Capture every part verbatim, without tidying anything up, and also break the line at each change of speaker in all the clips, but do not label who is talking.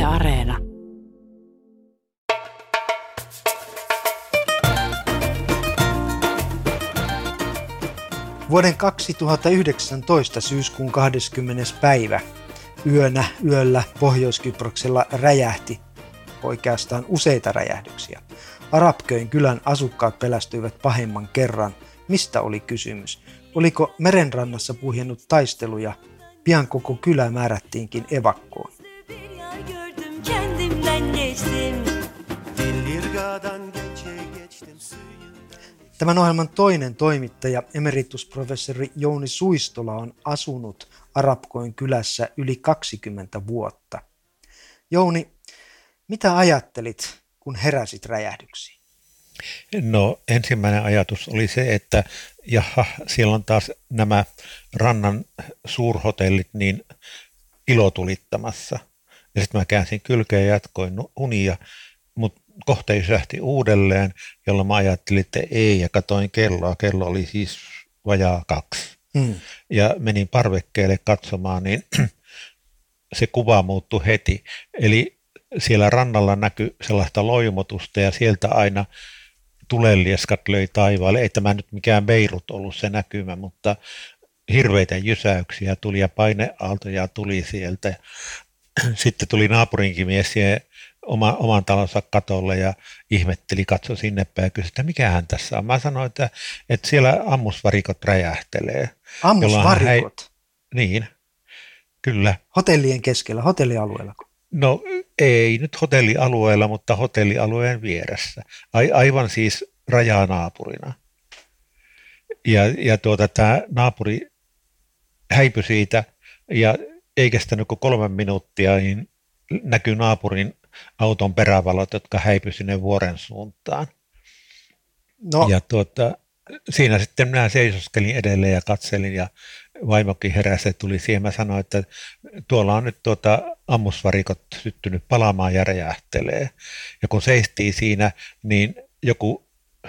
Areena.
Vuoden kaksituhattayhdeksäntoista syyskuun kahdeskymmenes päivä yönä yöllä Pohjois-Kyproksella räjähti, oikeastaan useita räjähdyksiä. Arabköy'n kylän asukkaat pelästyivät pahimman kerran. Mistä oli kysymys? Oliko merenrannassa puhjennut taistelu ja pian koko kylä määrättiinkin evakkoon? Tämän ohjelman toinen toimittaja, emeritusprofessori Jouni Suistola, on asunut Arabköy'n kylässä yli kaksikymmentä vuotta. Jouni, mitä ajattelit, kun heräsit räjähdyksiin?
No ensimmäinen ajatus oli se, että jaha, siellä on taas nämä rannan suurhotellit niin ilotulittamassa. Ja sitten mä käänsin kylkeä ja jatkoin unia, mutta kohta jysähti uudelleen, jolloin mä ajattelin, että ei, ja katoin kelloa. Kello oli siis vajaa kaksi. Hmm. Ja menin parvekkeelle katsomaan, niin se kuva muuttui heti. Eli siellä rannalla näkyi sellaista loimotusta ja sieltä aina tulenlieskat löi taivaalle. Ei tämä nyt mikään Beirut ollut se näkymä, mutta hirveitä jysäyksiä tuli ja paineaaltoja tuli sieltä. Sitten tuli naapurinkin mies siihen oma, oman talonsa katolle ja ihmetteli, katsoi sinne päin ja kysyi, että mikähän tässä on. Mä sanoin, että, että siellä ammusvarikot räjähtelee.
Ammusvarikot?
Hei, niin, kyllä.
Hotellien keskellä, hotellialueella?
No ei nyt hotellialueella, mutta hotellialueen vieressä. A, aivan siis rajanaapurina. Ja, ja tuota, tämä naapuri häipyi siitä ja ei kestänyt kuin kolme minuuttia, niin näkyi naapurin auton perävalot, jotka häipyi sinne vuoren suuntaan. No. Ja tuota, siinä sitten minä seisoskelin edelleen ja katselin ja vaimokin heräsi ja tuli siihen. Mä sanoin, että tuolla on nyt tuota ammusvarikot syttynyt palaamaan ja räjähtelee. Ja kun seistiin siinä, niin joku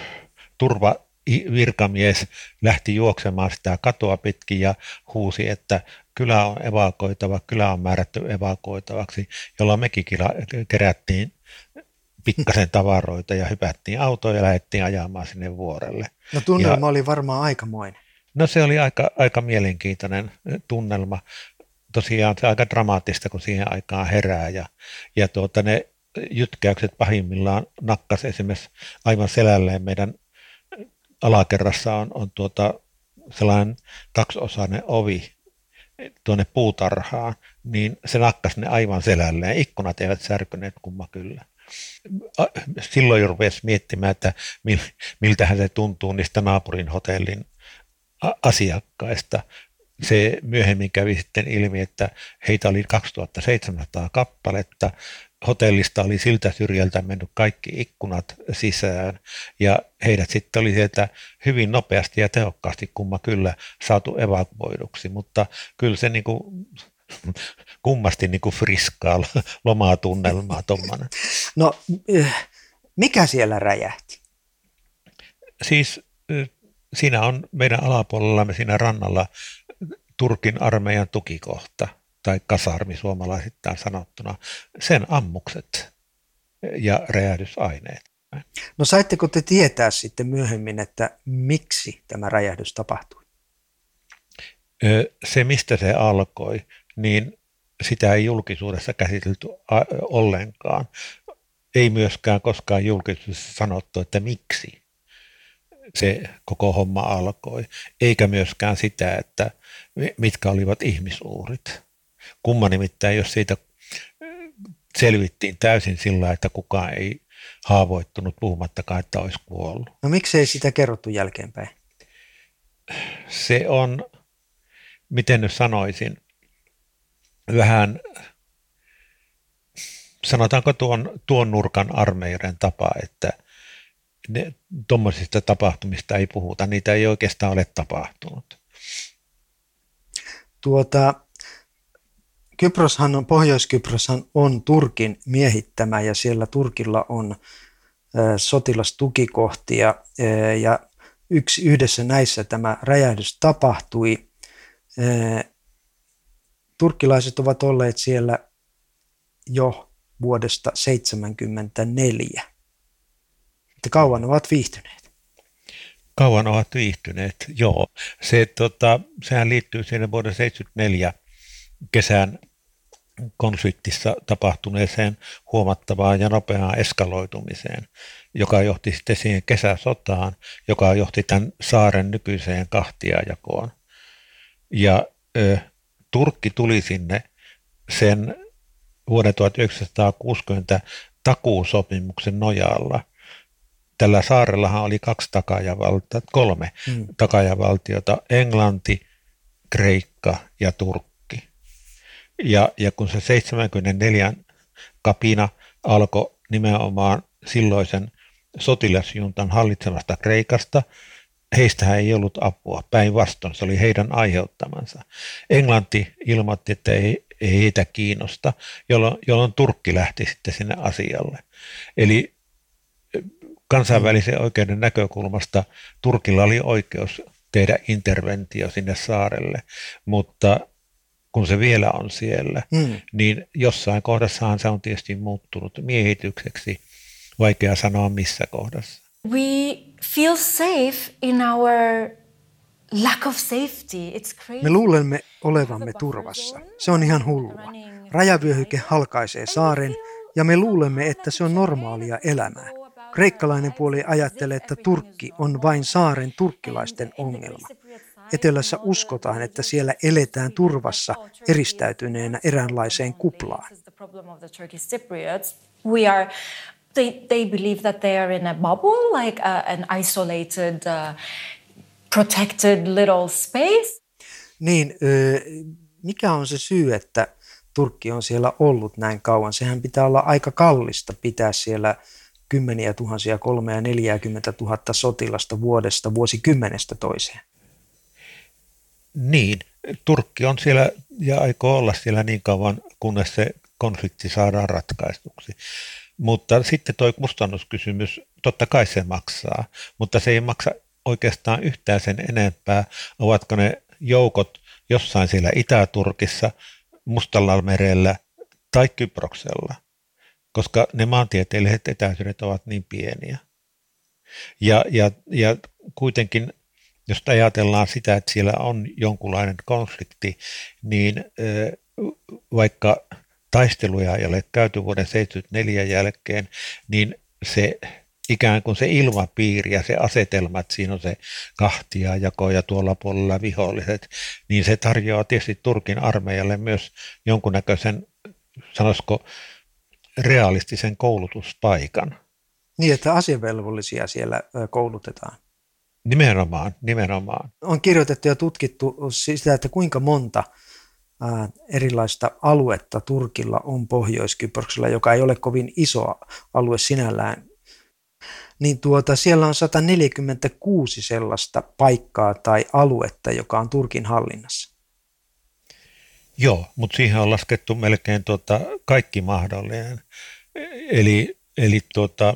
turvavirkamies lähti juoksemaan sitä katoa pitkin ja huusi, että kylä on evakuoitava, kylä on määrätty evakuoitavaksi, jolloin mekin kerättiin pikkasen tavaroita ja hypättiin autoon ja lähdettiin ajamaan sinne vuorelle.
No tunnelma ja, oli varmaan aikamoinen.
No se oli aika, aika mielenkiintoinen tunnelma. Tosiaan se aika dramaattista, kun siihen aikaan herää ja, ja tuota, ne jytkäykset pahimmillaan nakkas esimerkiksi aivan selälleen meidän alakerrassa on, on tuota sellainen kaksiosainen ovi tuonne puutarhaan, niin se nakkasi ne aivan selälleen. Ikkunat eivät särkyneet kumma kyllä. Silloin rupesi miettimään, että miltähän se tuntuu niistä naapurin hotellin asiakkaista. Se myöhemmin kävi sitten ilmi, että heitä oli kaksituhattaseitsemänsataa kappaletta. Hotellista oli siltä syrjältä mennyt kaikki ikkunat sisään ja heidät sitten oli sieltä hyvin nopeasti ja tehokkaasti kumma kyllä saatu evakuoiduksi, mutta kyllä se niin kuin kummasti niin kuin friskaa lomaa tunnelmaa tuommoinen.
No mikä siellä räjähti?
Siis siinä on meidän alapuolellamme siinä rannalla Turkin armeijan tukikohta tai kasarmi suomalaisittain sanottuna, sen ammukset ja räjähdysaineet.
No saitteko te tietää sitten myöhemmin, että miksi tämä räjähdys tapahtui?
Se, mistä se alkoi, niin sitä ei julkisuudessa käsitelty ollenkaan. Ei myöskään koskaan julkisuudessa sanottu, että miksi se koko homma alkoi, eikä myöskään sitä, että mitkä olivat ihmisuurit. Kumma nimittäin, jos siitä selvittiin täysin sillä, että kukaan ei haavoittunut puhumattakaan, että olisi kuollut.
No miksei sitä kerrottu jälkeenpäin?
Se on, miten nyt sanoisin, vähän, sanotaanko tuon, tuon nurkan armeijoiden tapa, että tuommoisista tapahtumista ei puhuta, niitä ei oikeastaan ole tapahtunut.
Tuota, Kyproshan on, Pohjois-Kyproshan on Turkin miehittämä ja siellä Turkilla on ä, sotilastukikohtia ä, ja yksi, yhdessä näissä tämä räjähdys tapahtui. Ä, turkkilaiset ovat olleet siellä jo vuodesta seitsemänkymmentäneljä. Että kauan ovat viihtyneet.
Kauan ovat viihtyneet, joo. Se, tota, sehän liittyy siinä vuoden seitsemänkymmentäneljä kesän konfliktissa tapahtuneeseen huomattavaan ja nopeaan eskaloitumiseen, joka johti sitten siihen kesäsotaan, joka johti tämän saaren nykyiseen kahtiajakoon. Ja ö, Turkki tuli sinne sen vuoden tuhatyhdeksänsataakuusikymmentä takuusopimuksen nojalla. Tällä saarellahan oli kaksi takajavaltiota, kolme hmm. takajavaltiota, Englanti, Kreikka ja Turkki. Ja, ja kun se seitsemänkymmentäneljä kapina alkoi nimenomaan silloisen sotilasjuntan hallitsemasta Kreikasta, heistähän ei ollut apua, päinvastoin se oli heidän aiheuttamansa. Englanti ilmoitti, että ei, ei heitä kiinnosta, jolloin, jolloin Turkki lähti sitten sinne asialle. Eli kansainvälisen oikeuden näkökulmasta Turkilla oli oikeus tehdä interventio sinne saarelle, mutta kun se vielä on siellä, mm. niin jossain kohdassahan se on tietysti muuttunut miehitykseksi. Vaikea sanoa missä kohdassa.
We feel safe in our lack of safety. It's crazy.
Me luulemme olevamme turvassa. Se on ihan hullua. Rajavyöhyke halkaisee saaren ja me luulemme, että se on normaalia elämää. Kreikkalainen puoli ajattelee, että Turkki on vain saaren turkkilaisten ongelma. Etelässä uskotaan, että siellä eletään turvassa eristäytyneenä eräänlaiseen kuplaan.
We are, they, they believe that they are in a bubble, like a, an isolated, uh, protected little space.
Niin, mikä on se syy, että Turkki on siellä ollut näin kauan? Sehän pitää olla aika kallista pitää siellä kymmeniä tuhansia, kolme ja neljäkymmentä tuhatta sotilasta vuodesta vuosikymmenestä toiseen.
Niin, Turkki on siellä ja aikoo olla siellä niin kauan, kunnes se konflikti saadaan ratkaistuksi. Mutta sitten tuo kustannuskysymys, totta kai se maksaa, mutta se ei maksa oikeastaan yhtään sen enempää, ovatko ne joukot jossain siellä Itä-Turkissa, Mustalla merellä tai Kyproksella, koska ne maantieteelliset etäisyydet ovat niin pieniä. Ja, ja, ja kuitenkin, jos ajatellaan sitä, että siellä on jonkunlainen konflikti, niin vaikka taisteluja ei ole käyty vuoden seitsemänkymmentäneljä jälkeen, niin se ikään kuin se ilmapiiri ja se asetelma, että siinä on se kahtiajako ja tuolla puolella viholliset, niin se tarjoaa tietysti Turkin armeijalle myös jonkunnäköisen, sanoisiko, realistisen koulutuspaikan.
Niin, että asevelvollisia siellä koulutetaan.
Nimenomaan, nimenomaan.
On kirjoitettu ja tutkittu sitä, että kuinka monta ää, erilaista aluetta Turkilla on Pohjois-Kyproksella, joka ei ole kovin iso alue sinällään. Niin tuota, siellä on sata neljäkymmentäkuusi sellaista paikkaa tai aluetta, joka on Turkin hallinnassa.
Joo, mutta siihen on laskettu melkein tuota kaikki mahdollinen. Eli, eli tuota,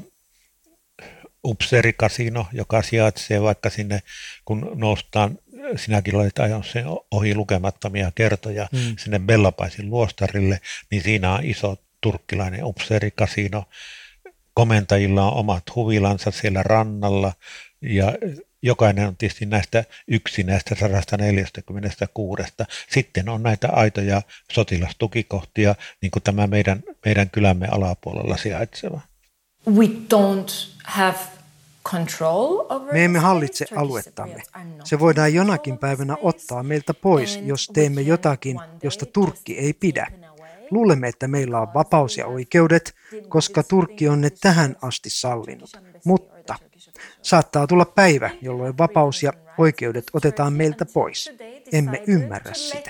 upseerikasino, joka sijaitsee vaikka sinne, kun noustaan, sinäkin olet ajanut sen ohi lukemattomia kertoja mm. sinne Bellapaisin luostarille, niin siinä on iso turkkilainen upseerikasino. Komentajilla on omat huvilansa siellä rannalla ja jokainen on tietysti näistä yksi näistä sata neljäkymmentäkuusi. Sitten on näitä aitoja sotilastukikohtia, niin kuin tämä meidän, meidän kylämme alapuolella sijaitseva.
We don't have control over
Me emme hallitse aluettamme. Se voidaan jonakin päivänä ottaa meiltä pois, jos teemme jotakin, josta Turkki ei pidä. Luulemme, että meillä on vapaus ja oikeudet, koska Turkki on ne tähän asti sallinut. Mutta saattaa tulla päivä, jolloin vapaus ja oikeudet otetaan meiltä pois. Emme ymmärrä sitä.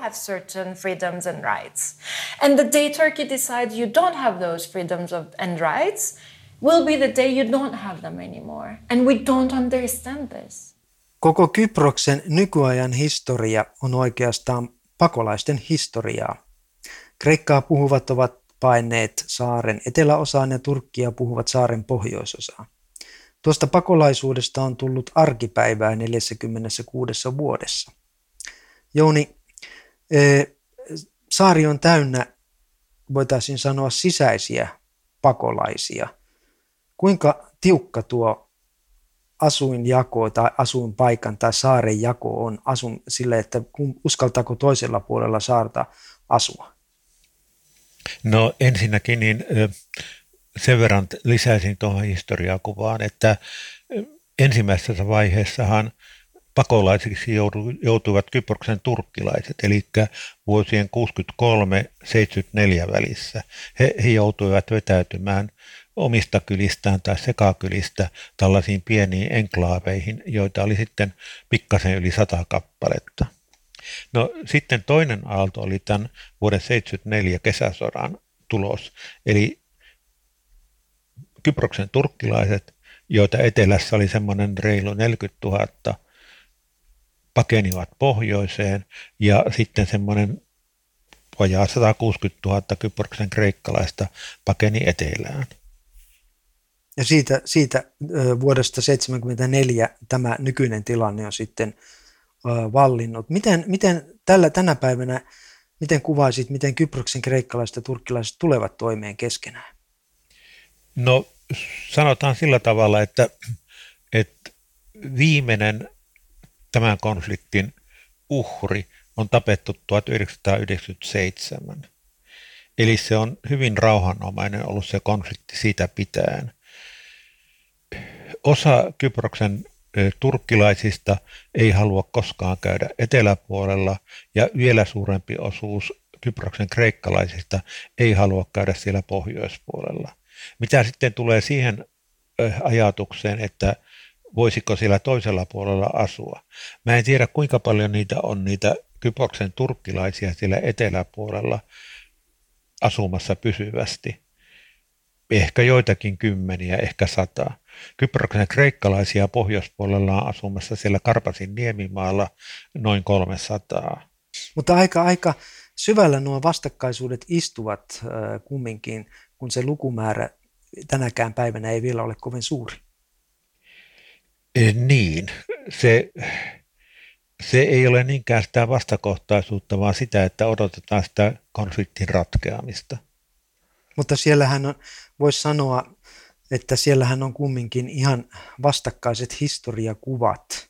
And the day Turkey decides you don't have those freedoms and rights will be the day you don't have them anymore. And we don't understand this.
Koko Kyproksen nykyajan historia on oikeastaan pakolaisten historiaa. Kreikkaa puhuvat ovat paineet saaren eteläosaan ja Turkkia puhuvat saaren pohjoisosaan. Tuosta pakolaisuudesta on tullut arkipäivää neljässäkymmenessäkuudessa vuodessa. Jouni, saari on täynnä voitaisiin sanoa sisäisiä pakolaisia. Kuinka tiukka tuo asuinjako tai asuinpaikan tai saaren jako on asun sille, että uskaltaako toisella puolella saarta asua?
No ensinnäkin niin sen verran lisäisin tuohon historiakuvaan, että ensimmäisessä vaiheessahan pakolaisiksi joutuivat Kyproksen turkkilaiset, eli vuosien kuusikymmentäkolme seitsemänkymmentäneljä välissä. He, he joutuivat vetäytymään omista kylistään tai sekakylistä tällaisiin pieniin enklaaveihin, joita oli sitten pikkasen yli sata kappaletta. No sitten toinen aalto oli tämän vuoden seitsemänkymmentäneljä kesäsodan tulos, eli Kyproksen turkkilaiset, joita etelässä oli semmoinen reilu neljäkymmentätuhatta, pakenivat pohjoiseen ja sitten semmoinen vajaa satakuusikymmentätuhatta Kyproksen kreikkalaista pakeni etelään.
Ja siitä, siitä vuodesta seitsemänkymmentäneljä tämä nykyinen tilanne on sitten vallinnut. Miten, miten tällä, tänä päivänä, miten kuvaisit, miten Kyproksen kreikkalaiset ja turkkilaiset tulevat toimeen keskenään?
No sanotaan sillä tavalla, että, että viimeinen tämän konfliktin uhri on tapettu tuhatyhdeksänsataayhdeksänkymmentäseitsemän. Eli se on hyvin rauhanomainen ollut se konflikti siitä pitäen. Osa Kyproksen turkkilaisista ei halua koskaan käydä eteläpuolella ja vielä suurempi osuus Kyproksen kreikkalaisista ei halua käydä siellä pohjoispuolella. Mitä sitten tulee siihen ajatukseen, että voisiko siellä toisella puolella asua? Mä en tiedä, kuinka paljon niitä on niitä Kyproksen turkkilaisia siellä eteläpuolella asumassa pysyvästi. Ehkä joitakin kymmeniä, ehkä sata. Kyproksen kreikkalaisia pohjoispuolella on asumassa siellä Karpasin niemimaalla noin kolmesataa.
Mutta aika, aika syvällä nuo vastakkaisuudet istuvat äh, kumminkin, kun se lukumäärä tänäkään päivänä ei vielä ole kovin suuri.
E, niin, se, se ei ole niinkään sitä vastakohtaisuutta, vaan sitä, että odotetaan sitä konfliktin ratkeamista.
Mutta siellähän on, voisi sanoa, että siellähän on kumminkin ihan vastakkaiset historiakuvat.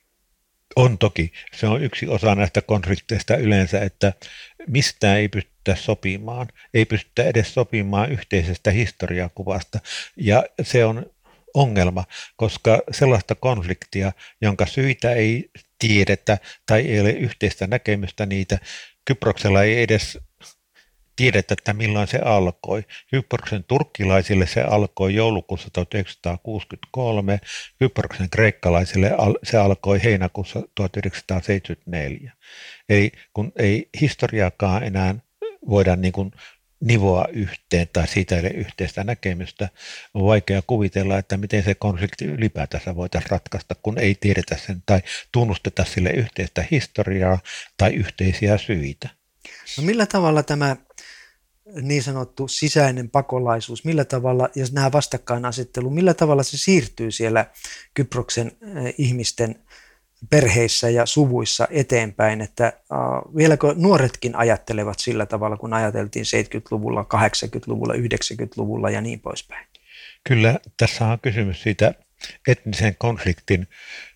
On toki. Se on yksi osa näistä konflikteista yleensä, että mistään ei pystytä sopimaan. Ei pystytä edes sopimaan yhteisestä historiakuvasta. Ja se on ongelma, koska sellaista konfliktia, jonka syitä ei tiedetä tai ei ole yhteistä näkemystä niitä, Kyproksella ei edes tiedetä, että milloin se alkoi. Kyproksen turkkilaisille se alkoi joulukuussa tuhatyhdeksänsataakuusikymmentäkolme, Kyproksen kreikkalaisille se alkoi heinäkuussa tuhatyhdeksänsataaseitsemänkymmentäneljä. Eli kun ei historiaakaan enää voida niin kuin nivoa yhteen tai siitä ei ole yhteistä näkemystä, on vaikea kuvitella, että miten se konflikti ylipäätänsä voitaisiin ratkaista, kun ei tiedetä sen tai tunnusteta sille yhteistä historiaa tai yhteisiä syitä.
No millä tavalla tämä niin sanottu sisäinen pakolaisuus, millä tavalla, ja nämä vastakkainasettelu, millä tavalla se siirtyy siellä Kyproksen ihmisten perheissä ja suvuissa eteenpäin, että uh, vieläkö nuoretkin ajattelevat sillä tavalla, kun ajateltiin seitsemänkymmentäluvulla, kahdeksankymmentäluvulla, yhdeksänkymmentäluvulla ja niin poispäin?
Kyllä, tässä on kysymys siitä etnisen konfliktin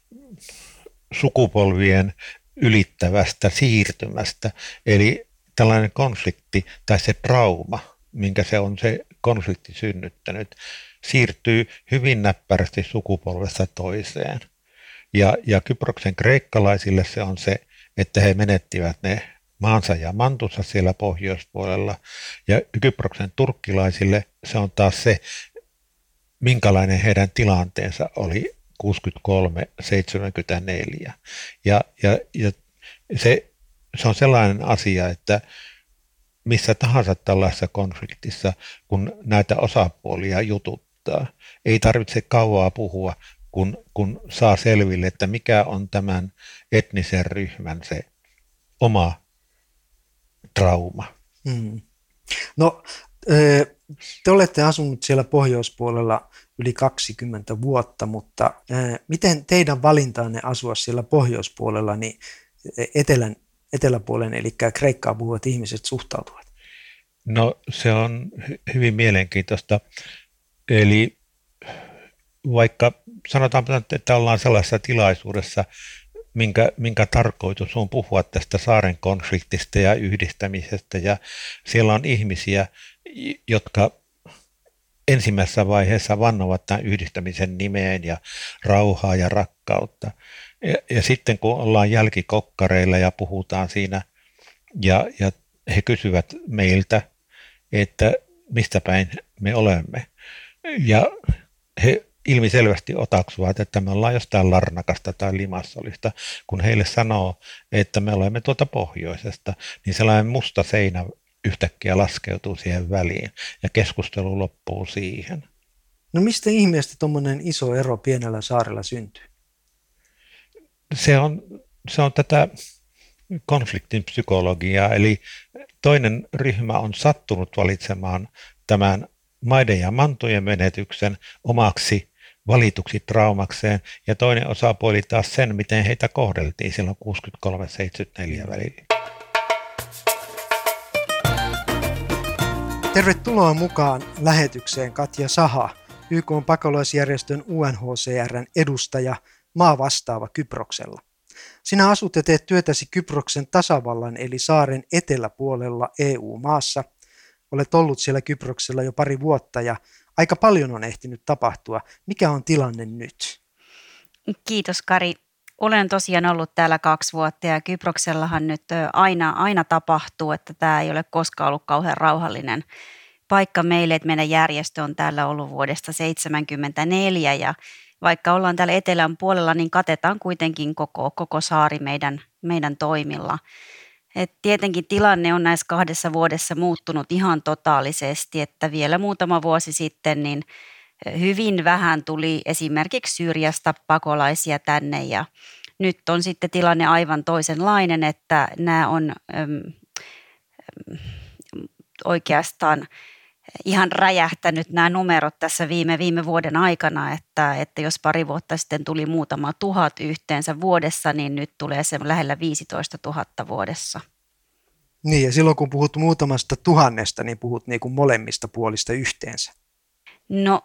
sukupolvien ylittävästä siirtymästä, eli tällainen konflikti tai se trauma, minkä se on se konflikti synnyttänyt, siirtyy hyvin näppärästi sukupolvesta toiseen. Ja, ja Kyproksen kreikkalaisille se on se, että he menettivät ne maansa ja mantunsa siellä pohjoispuolella. Ja Kyproksen turkkilaisille se on taas se, minkälainen heidän tilanteensa oli kuusikymmentäkolme seitsemänkymmentäneljä. Ja, ja, ja se, se on sellainen asia, että missä tahansa tällaisessa konfliktissa, kun näitä osapuolia jututtaa, ei tarvitse kauaa puhua, kun, kun saa selville, että mikä on tämän etnisen ryhmän se oma trauma.
Hmm. No, te olette asunut siellä pohjoispuolella yli kaksikymmentä vuotta, mutta miten teidän valintaanne asua siellä pohjoispuolella niin etelän, eteläpuolen, eli Kreikkaa puhuvat ihmiset suhtautuvat?
No se on hy- hyvin mielenkiintoista. Eli vaikka sanotaan, että ollaan sellaisessa tilaisuudessa, minkä, minkä tarkoitus on puhua tästä saaren konfliktista ja yhdistämisestä, ja siellä on ihmisiä, jotka ensimmäisessä vaiheessa vannovat tämän yhdistämisen nimeen ja rauhaa ja rakkautta. Ja, ja sitten kun ollaan jälkikokkareilla ja puhutaan siinä, ja, ja he kysyvät meiltä, että mistä päin me olemme. Ja he ilmiselvästi otaksuvat, että me ollaan jostain Larnakasta tai Limassolista. Kun heille sanoo, että me olemme tuolta pohjoisesta, niin sellainen musta seinä yhtäkkiä laskeutuu siihen väliin ja keskustelu loppuu siihen.
No mistä ihmeestä tuommoinen iso ero pienellä saarella syntyy?
Se on, se on tätä konfliktin psykologiaa, eli toinen ryhmä on sattunut valitsemaan tämän maiden ja mantojen menetyksen omaksi valituksi traumakseen, ja toinen osapuoli taas sen, miten heitä kohdeltiin silloin kuusikymmentäkolme seitsemänkymmentäneljä välillä.
Tervetuloa mukaan lähetykseen Katja Saha, Y K:n pakolaisjärjestön U N H C R:n edustaja, maavastaava Kyproksella. Sinä asut ja teet työtäsi Kyproksen tasavallan eli saaren eteläpuolella E U-maassa. Olet ollut siellä Kyproksella jo pari vuotta ja aika paljon on ehtinyt tapahtua. Mikä on tilanne nyt?
Kiitos Kari. Olen tosiaan ollut täällä kaksi vuotta ja Kyproksellahan nyt aina, aina tapahtuu, että tämä ei ole koskaan ollut kauhean rauhallinen paikka meille, että meidän järjestö on täällä ollut vuodesta seitsemänkymmentäneljä ja vaikka ollaan täällä etelän puolella, niin katetaan kuitenkin koko, koko saari meidän, meidän toimilla. Et tietenkin tilanne on näissä kahdessa vuodessa muuttunut ihan totaalisesti, että vielä muutama vuosi sitten niin hyvin vähän tuli esimerkiksi Syyriasta pakolaisia tänne ja nyt on sitten tilanne aivan toisenlainen, että nämä on äm, oikeastaan ihan räjähtänyt nämä numerot tässä viime, viime vuoden aikana, että, että jos pari vuotta sitten tuli muutama tuhat yhteensä vuodessa, niin nyt tulee se lähellä viisitoista tuhatta vuodessa.
Niin, ja silloin kun puhut muutamasta tuhannesta, niin puhut niin kuin molemmista puolista yhteensä.
No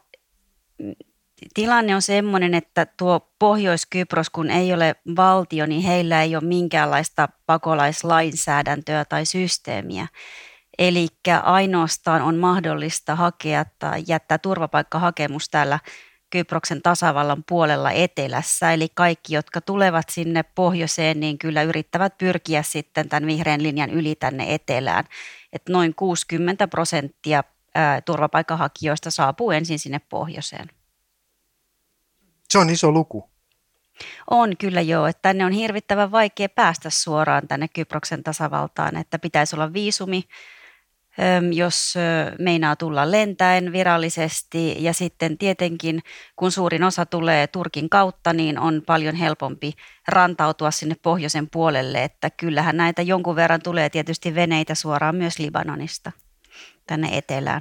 tilanne on semmoinen, että tuo Pohjois-Kypros, kun ei ole valtio, niin heillä ei ole minkäänlaista pakolaislainsäädäntöä tai systeemiä. Eli ainoastaan on mahdollista hakea tai jättää turvapaikkahakemus täällä Kyproksen tasavallan puolella etelässä. Eli kaikki, jotka tulevat sinne pohjoiseen, niin kyllä yrittävät pyrkiä sitten tämän vihreän linjan yli tänne etelään. Et noin kuusikymmentä prosenttia turvapaikkahakijoista saapuu ensin sinne pohjoiseen.
Se on iso luku.
On kyllä joo, että tänne on hirvittävän vaikea päästä suoraan tänne Kyproksen tasavaltaan, että pitäisi olla viisumi, jos meinaa tulla lentäen virallisesti ja sitten tietenkin kun suurin osa tulee Turkin kautta, niin on paljon helpompi rantautua sinne pohjoisen puolelle, että kyllähän näitä jonkun verran tulee tietysti veneitä suoraan myös Libanonista tänne etelään.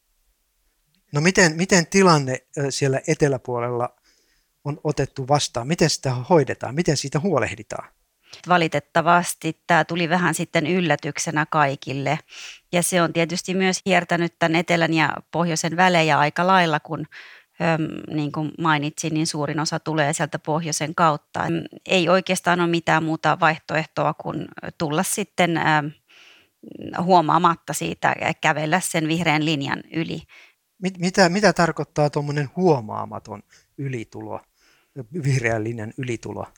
No miten, miten tilanne siellä eteläpuolella on otettu vastaan? Miten sitä hoidetaan? Miten siitä huolehditaan?
Valitettavasti tämä tuli vähän sitten yllätyksenä kaikille ja se on tietysti myös hiertänyt tämän etelän ja pohjoisen välejä aika lailla, kun niin kuin mainitsin, niin suurin osa tulee sieltä pohjoisen kautta. Ei oikeastaan ole mitään muuta vaihtoehtoa kuin tulla sitten huomaamatta siitä kävellä sen vihreän linjan yli.
Mit, mitä, mitä tarkoittaa tuommoinen huomaamaton ylitulo, vihreän linjan ylitulo?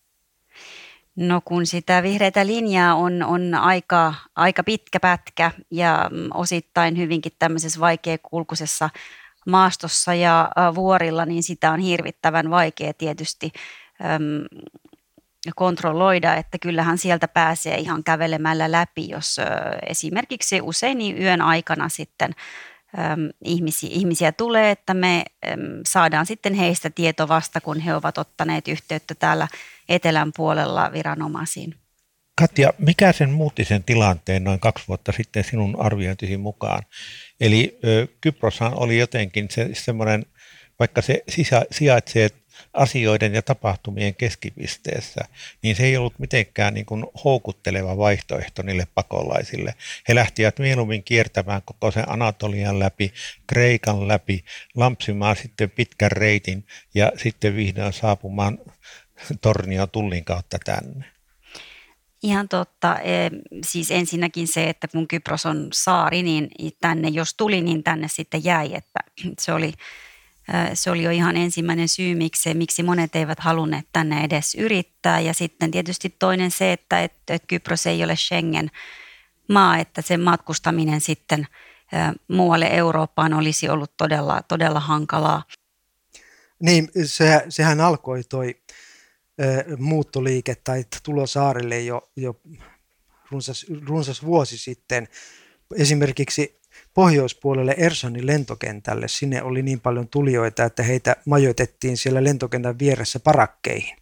No kun sitä vihreätä linjaa on, on aika, aika pitkä pätkä ja osittain hyvinkin tämmöisessä vaikeakulkuisessa maastossa ja vuorilla, niin sitä on hirvittävän vaikea tietysti äm, kontrolloida, että kyllähän sieltä pääsee ihan kävelemällä läpi, jos ä, esimerkiksi usein niin yön aikana sitten äm, ihmisiä, ihmisiä tulee, että me äm, saadaan sitten heistä tieto vasta, kun he ovat ottaneet yhteyttä täällä etelän puolella viranomaisiin.
Katja, mikä sen muutti sen tilanteen noin kaksi vuotta sitten sinun arviointisi mukaan? Eli ö, Kyproshan oli jotenkin se, semmoinen, vaikka se sisä, sijaitsee asioiden ja tapahtumien keskipisteessä, niin se ei ollut mitenkään niin kuin houkutteleva vaihtoehto niille pakolaisille. He lähtivät mieluummin kiertämään koko sen Anatolian läpi, Kreikan läpi, lampsimaan sitten pitkän reitin ja sitten vihdoin saapumaan Tornion tullin kautta tänne.
Ihan totta. Siis ensinnäkin se, että kun Kypros on saari, niin tänne jos tuli, niin tänne sitten jäi. Että se oli, se oli jo ihan ensimmäinen syy, miksi, miksi monet eivät halunneet tänne edes yrittää. Ja sitten tietysti toinen se, että, että Kypros ei ole Schengen-maa, että sen matkustaminen sitten muualle Eurooppaan olisi ollut todella, todella hankalaa.
Niin, se, sehän alkoi toi muuttoliike tai tulo saarelle jo, jo runsas, runsas vuosi sitten. Esimerkiksi pohjoispuolelle Ersonin lentokentälle, sinne oli niin paljon tulijoita, että heitä majoitettiin siellä lentokentän vieressä parakkeihin.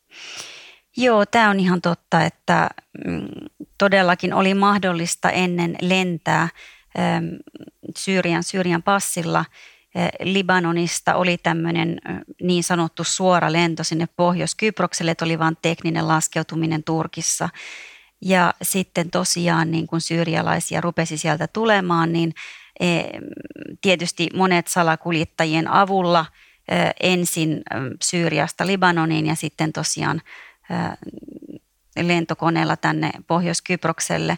Joo, tämä on ihan totta, että mm, todellakin oli mahdollista ennen lentää ähm, Syyrian, Syyrian passilla. Libanonista oli tämmöinen niin sanottu suora lento sinne Pohjois-Kyprokselle, että oli vain tekninen laskeutuminen Turkissa. Ja sitten tosiaan niin kun syyrialaisia rupesi sieltä tulemaan, niin tietysti monet salakuljettajien avulla ensin Syyriasta Libanoniin ja sitten tosiaan lentokoneella tänne Pohjois-Kyprokselle.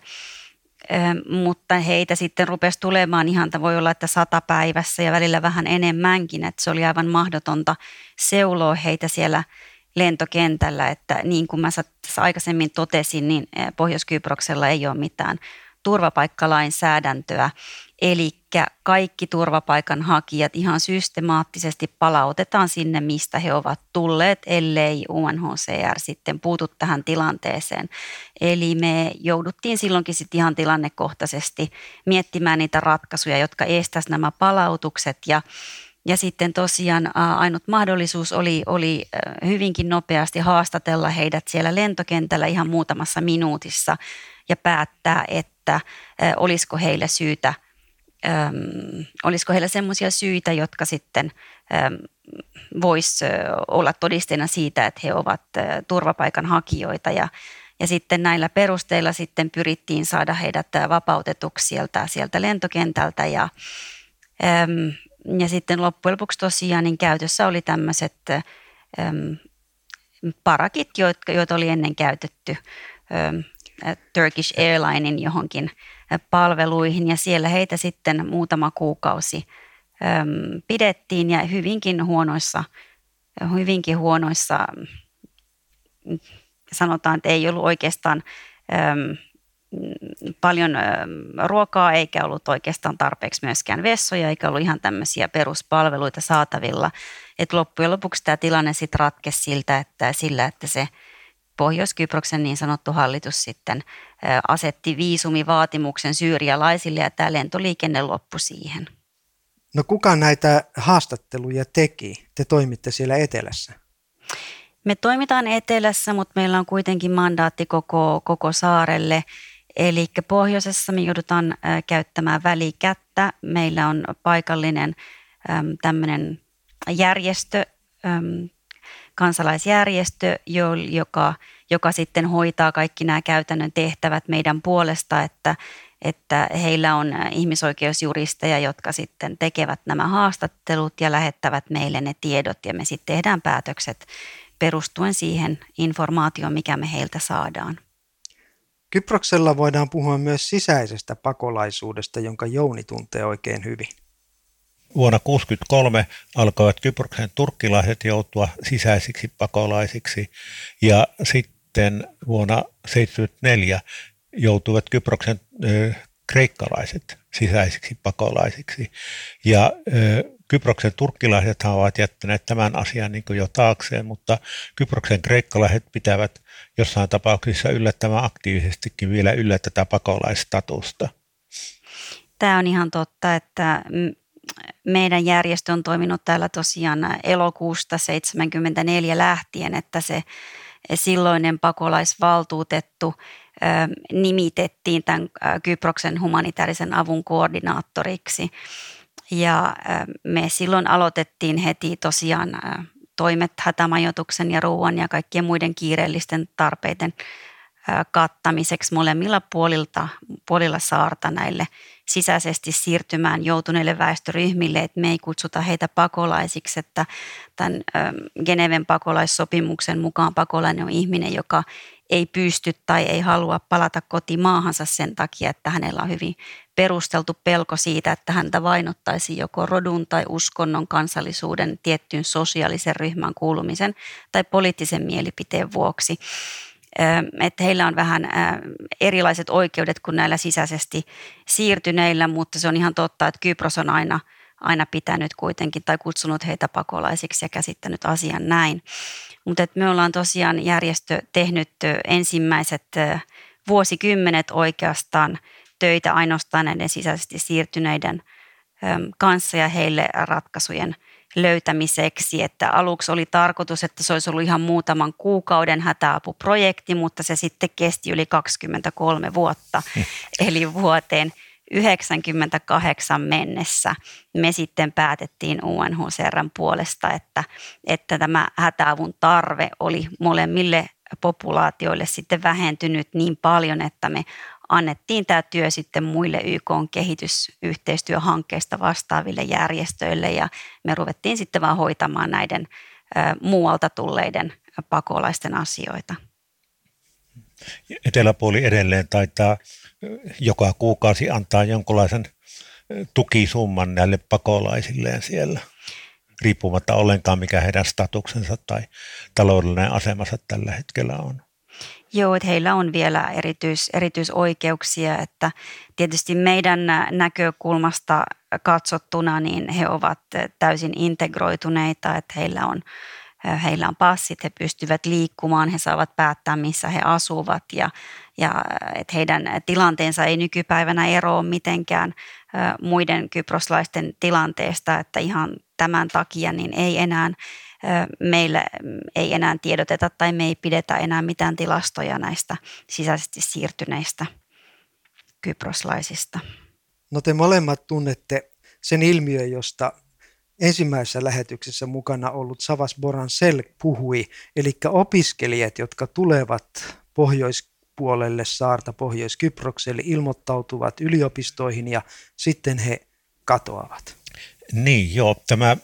Mutta heitä sitten rupesi tulemaan ihan, voi olla, että sata päivässä ja välillä vähän enemmänkin, että se oli aivan mahdotonta seuloa heitä siellä lentokentällä, että niin kuin mä aikaisemmin totesin, niin Pohjois-Kyproksella ei ole mitään turvapaikkalainsäädäntöä, eli kaikki turvapaikanhakijat ihan systemaattisesti palautetaan sinne, mistä he ovat tulleet, ellei U N H C R sitten puutu tähän tilanteeseen. Eli me jouduttiin silloinkin sitten ihan tilannekohtaisesti miettimään niitä ratkaisuja, jotka estäisivät nämä palautukset ja Ja sitten tosiaan ainut mahdollisuus oli, oli hyvinkin nopeasti haastatella heidät siellä lentokentällä ihan muutamassa minuutissa ja päättää, että olisiko heille syytä, äm, olisiko heillä semmoisia syitä, jotka sitten äm, vois olla todisteena siitä, että he ovat ä, turvapaikanhakijoita ja Ja sitten näillä perusteilla sitten pyrittiin saada heidät vapautetuksi sieltä, sieltä lentokentältä ja äm, Ja sitten loppujen lopuksi tosiaan niin käytössä oli tämmöiset äm, parakit, joita, joita oli ennen käytetty äm, Turkish Airlinein johonkin palveluihin. Ja siellä heitä sitten muutama kuukausi äm, pidettiin ja hyvinkin huonoissa, hyvinkin huonoissa, sanotaan, että ei ollut oikeastaan äm, paljon ruokaa eikä ollut oikeastaan tarpeeksi myöskään vessoja eikä ollut ihan tämmöisiä peruspalveluita saatavilla. Et loppujen lopuksi tämä tilanne sitten ratkesi siltä, että sillä, että se Pohjois-Kyproksen niin sanottu hallitus sitten asetti viisumivaatimuksen syyrialaisille ja tämä lentoliikenne loppui siihen.
No kuka näitä haastatteluja teki? Te toimitte siellä etelässä.
Me toimitaan etelässä, mutta meillä on kuitenkin mandaatti koko, koko saarelle. Eli pohjoisessa me joudutaan ä, käyttämään välikättä. Meillä on paikallinen äm, tämmöinen järjestö, äm, kansalaisjärjestö, jo, joka, joka sitten hoitaa kaikki nämä käytännön tehtävät meidän puolesta, että, että heillä on ihmisoikeusjuristeja, jotka sitten tekevät nämä haastattelut ja lähettävät meille ne tiedot ja me sitten tehdään päätökset perustuen siihen informaatioon, mikä me heiltä saadaan.
Kyproksella voidaan puhua myös sisäisestä pakolaisuudesta, jonka Jouni tuntee oikein hyvin.
Vuonna tuhatyhdeksänsataakuusikymmentäkolme alkoivat Kyproksen turkkilaiset joutua sisäisiksi pakolaisiksi ja sitten vuonna tuhatyhdeksänsataaseitsemänkymmentäneljä joutuivat Kyproksen ö, kreikkalaiset sisäisiksi pakolaisiksi. Ja ö, Kyproksen turkkilaiset ovat jättäneet tämän asian niin kuin jo taakseen, mutta Kyproksen kreikkalaiset pitävät jossain tapauksissa yllättävän aktiivisestikin vielä yllä tätä pakolaistatusta.
Tämä on ihan totta, että meidän järjestö on toiminut täällä tosiaan elokuusta seitsemänkymmentäneljä lähtien, että se silloinen pakolaisvaltuutettu nimitettiin tämän Kyproksen humanitaarisen avun koordinaattoriksi. Ja me silloin aloitettiin heti tosiaan toimet hätämajoituksen ja ruoan ja kaikkien muiden kiireellisten tarpeiden kattamiseksi molemmilla puolilta, puolilla saarta näille sisäisesti siirtymään joutuneille väestöryhmille, että me ei kutsuta heitä pakolaisiksi, että tämän Geneven pakolaissopimuksen mukaan pakolainen on ihminen, joka ei pysty tai ei halua palata kotimaahansa sen takia, että hänellä on hyvin perusteltu pelko siitä, että häntä vainottaisi joko rodun tai uskonnon, kansallisuuden, tiettyyn sosiaalisen ryhmän kuulumisen tai poliittisen mielipiteen vuoksi. Että heillä on vähän erilaiset oikeudet kuin näillä sisäisesti siirtyneillä, mutta se on ihan totta, että Kypros on aina, aina pitänyt kuitenkin tai kutsunut heitä pakolaisiksi ja käsittänyt asian näin. Mutta me ollaan tosiaan järjestö tehnyt ensimmäiset vuosikymmenet oikeastaan töitä ainoastaan näiden sisäisesti siirtyneiden kanssa ja heille ratkaisujen löytämiseksi, että aluksi oli tarkoitus, että se olisi ollut ihan muutaman kuukauden hätäapuprojekti, mutta se sitten kesti yli kaksikymmentäkolme vuotta, mm. eli vuoteen yhdeksänkymmentäkahdeksan mennessä me sitten päätettiin U N H C R:n puolesta, että, että tämä hätäavun tarve oli molemmille populaatioille sitten vähentynyt niin paljon, että me annettiin tämä työ sitten muille Y K:n kehitysyhteistyöhankkeista vastaaville järjestöille ja me ruvettiin sitten vaan hoitamaan näiden muualta tulleiden pakolaisten asioita.
Eteläpuoli edelleen taitaa joka kuukausi antaa jonkunlaisen tukisumman näille pakolaisilleen siellä, riippumatta ollenkaan mikä heidän statuksensa tai taloudellinen asemansa tällä hetkellä on.
Joo, että heillä on vielä erityis, erityisoikeuksia, että tietysti meidän näkökulmasta katsottuna niin he ovat täysin integroituneita, että heillä on, heillä on passit, he pystyvät liikkumaan, he saavat päättää missä he asuvat ja, ja että heidän tilanteensa ei nykypäivänä eroa mitenkään muiden kyproslaisten tilanteesta, että ihan tämän takia niin ei enää meillä ei enää tiedoteta tai me ei pidetä enää mitään tilastoja näistä sisäisesti siirtyneistä kyproslaisista.
No te molemmat tunnette sen ilmiön, josta ensimmäisessä lähetyksessä mukana ollut Savas Boransel puhui, eli opiskelijat, jotka tulevat pohjoispuolelle saarta Pohjois-Kyprokselle, ilmoittautuvat yliopistoihin ja sitten he katoavat.
Niin joo, tämä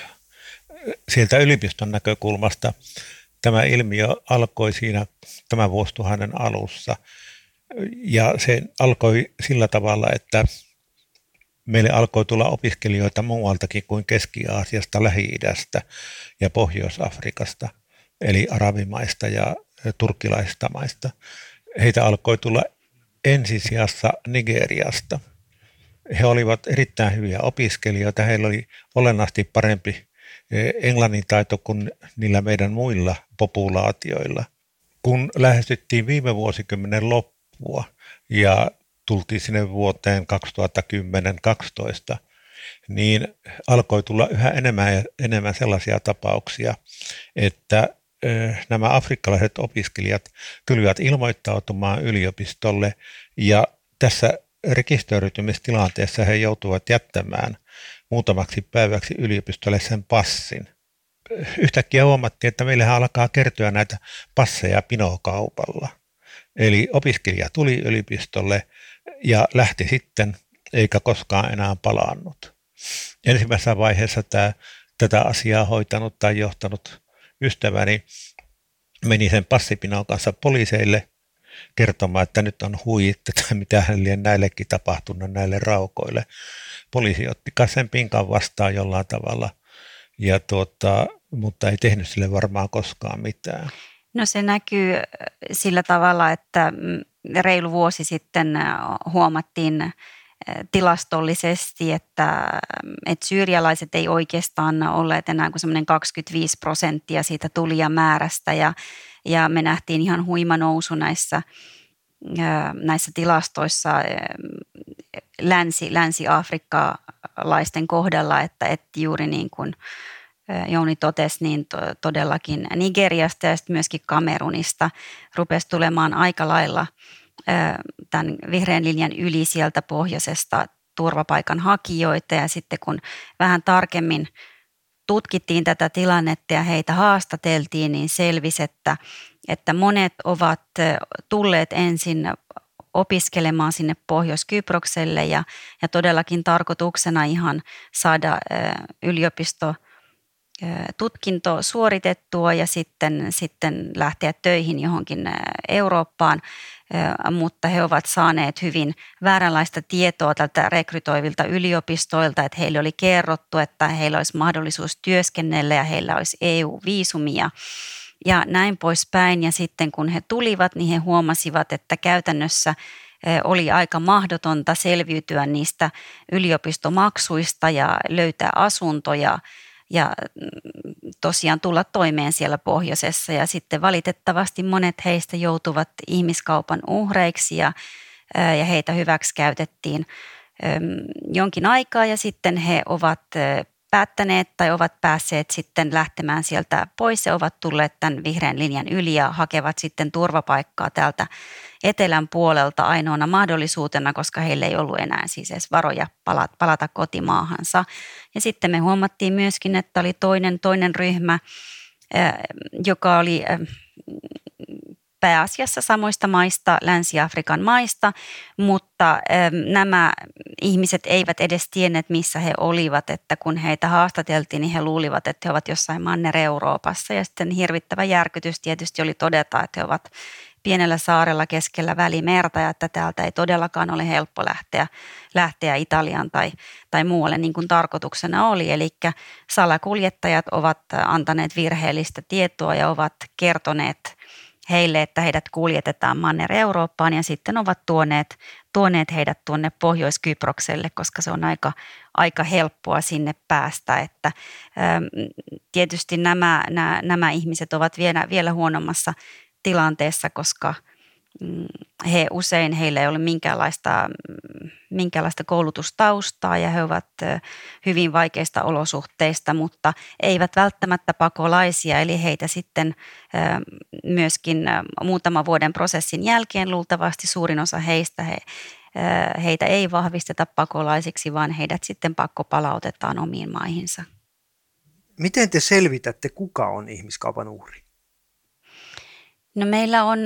sieltä yliopiston näkökulmasta tämä ilmiö alkoi siinä tämän vuosituhannen alussa ja se alkoi sillä tavalla, että meille alkoi tulla opiskelijoita muualtakin kuin Keski-Aasiasta, Lähi-idästä ja Pohjois-Afrikasta, eli arabimaista ja turkkilaisista maista. Heitä alkoi tulla ensisijassa Nigeriasta. He olivat erittäin hyviä opiskelijoita, heillä oli olennaisesti parempi englannin taito kuin niillä meidän muilla populaatioilla. Kun lähestyttiin viime vuosikymmenen loppua ja tultiin sinne vuoteen kaksituhattakymmenen kaksitoista, niin alkoi tulla yhä enemmän ja enemmän sellaisia tapauksia, että nämä afrikkalaiset opiskelijat tulivat ilmoittautumaan yliopistolle ja tässä rekisteröitymistilanteessa he joutuvat jättämään muutamaksi päiväksi yliopistolle sen passin. Yhtäkkiä huomattiin, että meillähän alkaa kertyä näitä passeja pinokaupalla. Eli opiskelija tuli yliopistolle ja lähti sitten, eikä koskaan enää palannut. Ensimmäisessä vaiheessa tämä, tätä asiaa hoitanut tai johtanut ystäväni meni sen passipinon kanssa poliiseille kertomaan, että nyt on huijittu, että mitä hänelle näillekin tapahtunut näille raukoille. Poliisi otti sen pinkan vastaan jollain tavalla, ja tuota, mutta ei tehnyt sille varmaan koskaan mitään.
No se näkyy sillä tavalla, että reilu vuosi sitten huomattiin tilastollisesti, että, että syyrialaiset ei oikeastaan olleet enää kuin semmoinen kaksikymmentäviisi prosenttia siitä tulijamäärästä ja, ja me nähtiin ihan huima nousu näissä, näissä tilastoissa länsi, länsi-afrikkalaisten kohdalla, että, että juuri niin kuin Jouni totesi, niin to, todellakin Nigeriasta ja sitten myöskin Kamerunista rupesi tulemaan aika lailla tämän vihreän linjan yli sieltä pohjoisesta turvapaikanhakijoita ja sitten kun vähän tarkemmin tutkittiin tätä tilannetta ja heitä haastateltiin, niin selvisi, että, että monet ovat tulleet ensin opiskelemaan sinne Pohjois-Kyprokselle ja, ja todellakin tarkoituksena ihan saada yliopisto tutkinto suoritettua ja sitten, sitten lähteä töihin johonkin Eurooppaan, mutta he ovat saaneet hyvin vääränlaista tietoa tältä rekrytoivilta yliopistoilta, että heille oli kerrottu, että heillä olisi mahdollisuus työskennellä ja heillä olisi E U-viisumia ja näin poispäin. Ja sitten kun he tulivat, niin he huomasivat, että käytännössä oli aika mahdotonta selviytyä niistä yliopistomaksuista ja löytää asuntoja ja tosiaan tulla toimeen siellä pohjoisessa. Ja sitten valitettavasti monet heistä joutuvat ihmiskaupan uhreiksi ja, ja heitä hyväksi käytettiin jonkin aikaa ja sitten he ovat päättäneet tai ovat päässeet sitten lähtemään sieltä pois ja ovat tulleet tämän vihreän linjan yli ja hakevat sitten turvapaikkaa täältä etelän puolelta ainoana mahdollisuutena, koska heillä ei ollut enää siis edes varoja palata, palata kotimaahansa. Ja sitten me huomattiin myöskin, että oli toinen, toinen ryhmä, joka oli pääasiassa samoista maista, Länsi-Afrikan maista, mutta nämä ihmiset eivät edes tienneet, missä he olivat, että kun heitä haastateltiin, niin he luulivat, että he ovat jossain Manner-Euroopassa ja sitten hirvittävä järkytys tietysti oli todeta, että he ovat pienellä saarella keskellä Välimerta ja että täältä ei todellakaan ole helppo lähteä, lähteä Italiaan tai, tai muualle niin kuin tarkoituksena oli. Eli salakuljettajat ovat antaneet virheellistä tietoa ja ovat kertoneet heille, että heidät kuljetetaan Manner-Eurooppaan ja sitten ovat tuoneet, tuoneet heidät tuonne Pohjois-Kyprokselle, koska se on aika, aika helppoa sinne päästä. Että, äm, tietysti nämä, nämä, nämä ihmiset ovat vielä, vielä huonommassa tilanteessa, koska he usein, heillä ei ole minkäänlaista, minkäänlaista koulutustaustaa ja he ovat hyvin vaikeista olosuhteista, mutta eivät välttämättä pakolaisia, eli heitä sitten myöskin muutaman vuoden prosessin jälkeen luultavasti suurin osa heistä, he, heitä ei vahvisteta pakolaisiksi, vaan heidät sitten pakkopalautetaan omiin maihinsa.
Miten te selvitätte, kuka on ihmiskaupan uhri?
No meillä on,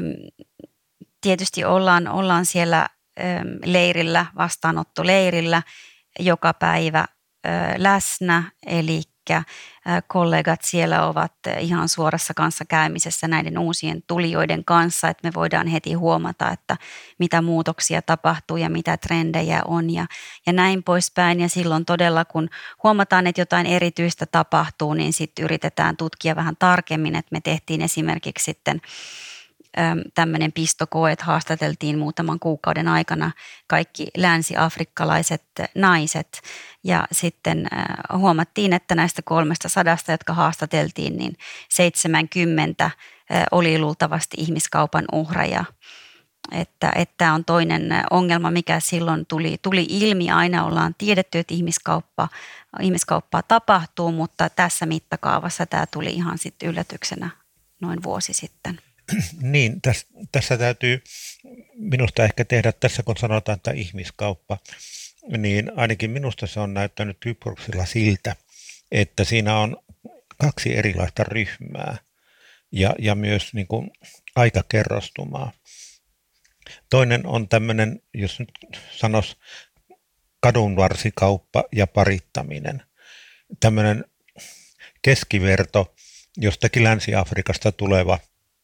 tietysti ollaan, ollaan siellä leirillä, vastaanottoleirillä joka päivä läsnä, eli kollegat siellä ovat ihan suorassa kanssakäymisessä näiden uusien tulijoiden kanssa, että me voidaan heti huomata, että mitä muutoksia tapahtuu ja mitä trendejä on ja, ja näin poispäin. Ja silloin todella, kun huomataan, että jotain erityistä tapahtuu, niin sitten yritetään tutkia vähän tarkemmin, että me tehtiin esimerkiksi sitten tämmöinen pistokoe, että haastateltiin muutaman kuukauden aikana kaikki länsi-afrikkalaiset naiset ja sitten huomattiin, että näistä kolmesta sadasta, jotka haastateltiin, niin seitsemänkymmentä oli luultavasti ihmiskaupan uhreja. Että, että tämä on toinen ongelma, mikä silloin tuli, tuli ilmi. Aina ollaan tiedetty, että ihmiskauppa, ihmiskauppaa tapahtuu, mutta tässä mittakaavassa tämä tuli ihan sitten yllätyksenä noin vuosi sitten.
Niin, tässä, tässä täytyy minusta ehkä tehdä, tässä kun sanotaan, että ihmiskauppa, niin ainakin minusta se on näyttänyt Kyproksella siltä, että siinä on kaksi erilaista ryhmää ja, ja myös niin kuin aikakerrostumaa. Toinen on tämmöinen, jos nyt sanoisi, kadunvarsikauppa ja parittaminen. Tämmöinen keskiverto jostakin Länsi-Afrikasta tuleva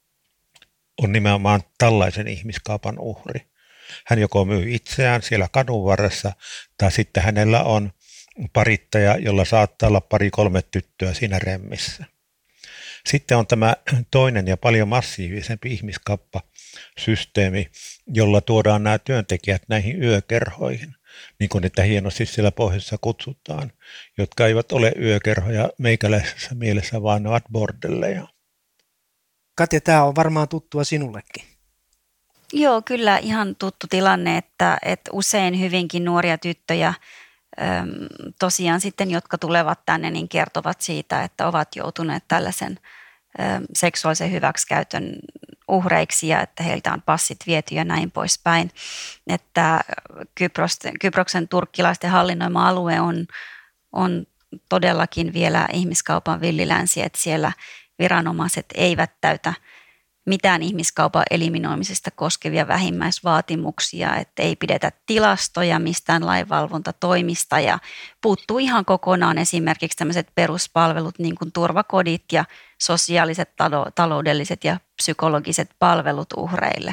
on nimenomaan tällaisen ihmiskaupan uhri. Hän joko myy itseään siellä kadun varressa, tai sitten hänellä on parittaja, jolla saattaa olla pari-kolme tyttöä siinä remmissä. Sitten on tämä toinen ja paljon massiivisempi ihmiskauppasysteemi, jolla tuodaan nämä työntekijät näihin yökerhoihin, niin kuin niitä hienosti siellä pohjassa kutsutaan, jotka eivät ole yökerhoja meikäläisessä mielessä, vaan ne ovat bordelleja.
Katja, tämä on varmaan tuttua sinullekin.
Joo, kyllä ihan tuttu tilanne, että, että usein hyvinkin nuoria tyttöjä äm, tosiaan sitten, jotka tulevat tänne, niin kertovat siitä, että ovat joutuneet tällaisen äm, seksuaalisen hyväksikäytön uhreiksi ja että heiltä on passit viety ja näin poispäin. Että Kypros, Kyproksen turkkilaisten hallinnoima alue on, on todellakin vielä ihmiskaupan villilänsi, että siellä viranomaiset eivät täytä mitään ihmiskaupan eliminoimisesta koskevia vähimmäisvaatimuksia, että ei pidetä tilastoja mistään lainvalvontatoimista ja puuttuu ihan kokonaan esimerkiksi tämmöiset peruspalvelut niin kuin turvakodit ja sosiaaliset, taloudelliset ja psykologiset palvelut uhreille.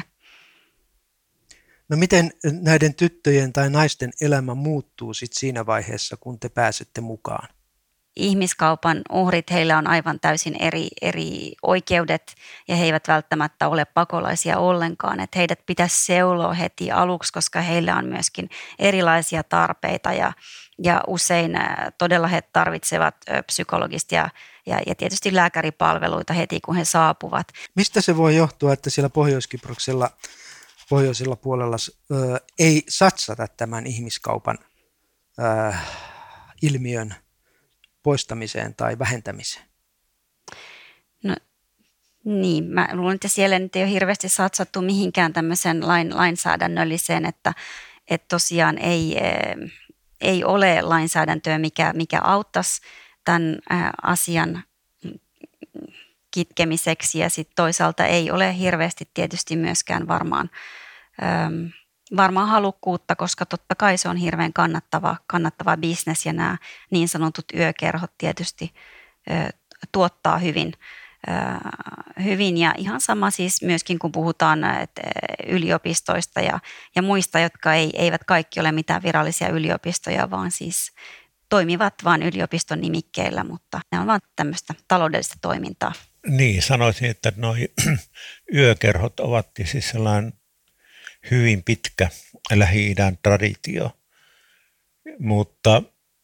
No miten näiden tyttöjen tai naisten elämä muuttuu sit siinä vaiheessa, kun te pääsette mukaan?
Ihmiskaupan uhrit, heillä on aivan täysin eri, eri oikeudet ja he eivät välttämättä ole pakolaisia ollenkaan. Että heidät pitäisi seuloa heti aluksi, koska heillä on myöskin erilaisia tarpeita ja, ja usein todella he tarvitsevat psykologista ja, ja, ja tietysti lääkäripalveluita heti, kun he saapuvat.
Mistä se voi johtua, että siellä Pohjois-Kyproksella, pohjoisella puolella ö, ei satsata tämän ihmiskaupan ö, ilmiön poistamiseen tai vähentämiseen?
No niin, mä luulen, että siellä nyt ei ole hirveästi satsattu mihinkään tämmöiseen lain, lainsäädännölliseen, että, että tosiaan ei, ei ole lainsäädäntöä, mikä, mikä auttaisi tämän asian kitkemiseksi ja sitten toisaalta ei ole hirveästi tietysti myöskään varmaan varmaan halukkuutta, koska totta kai se on hirveän kannattava, kannattava bisnes ja nämä niin sanotut yökerhot tietysti ö, tuottaa hyvin, ö, hyvin. Ja ihan sama siis myöskin kun puhutaan et, yliopistoista ja, ja muista, jotka ei, eivät kaikki ole mitään virallisia yliopistoja, vaan siis toimivat vain yliopiston nimikkeillä, mutta ne on vain tämmöistä taloudellista toimintaa.
Niin, sanoisin, että nuo yökerhot ovat siis sellainen hyvin pitkä Lähi-idän traditio, mutta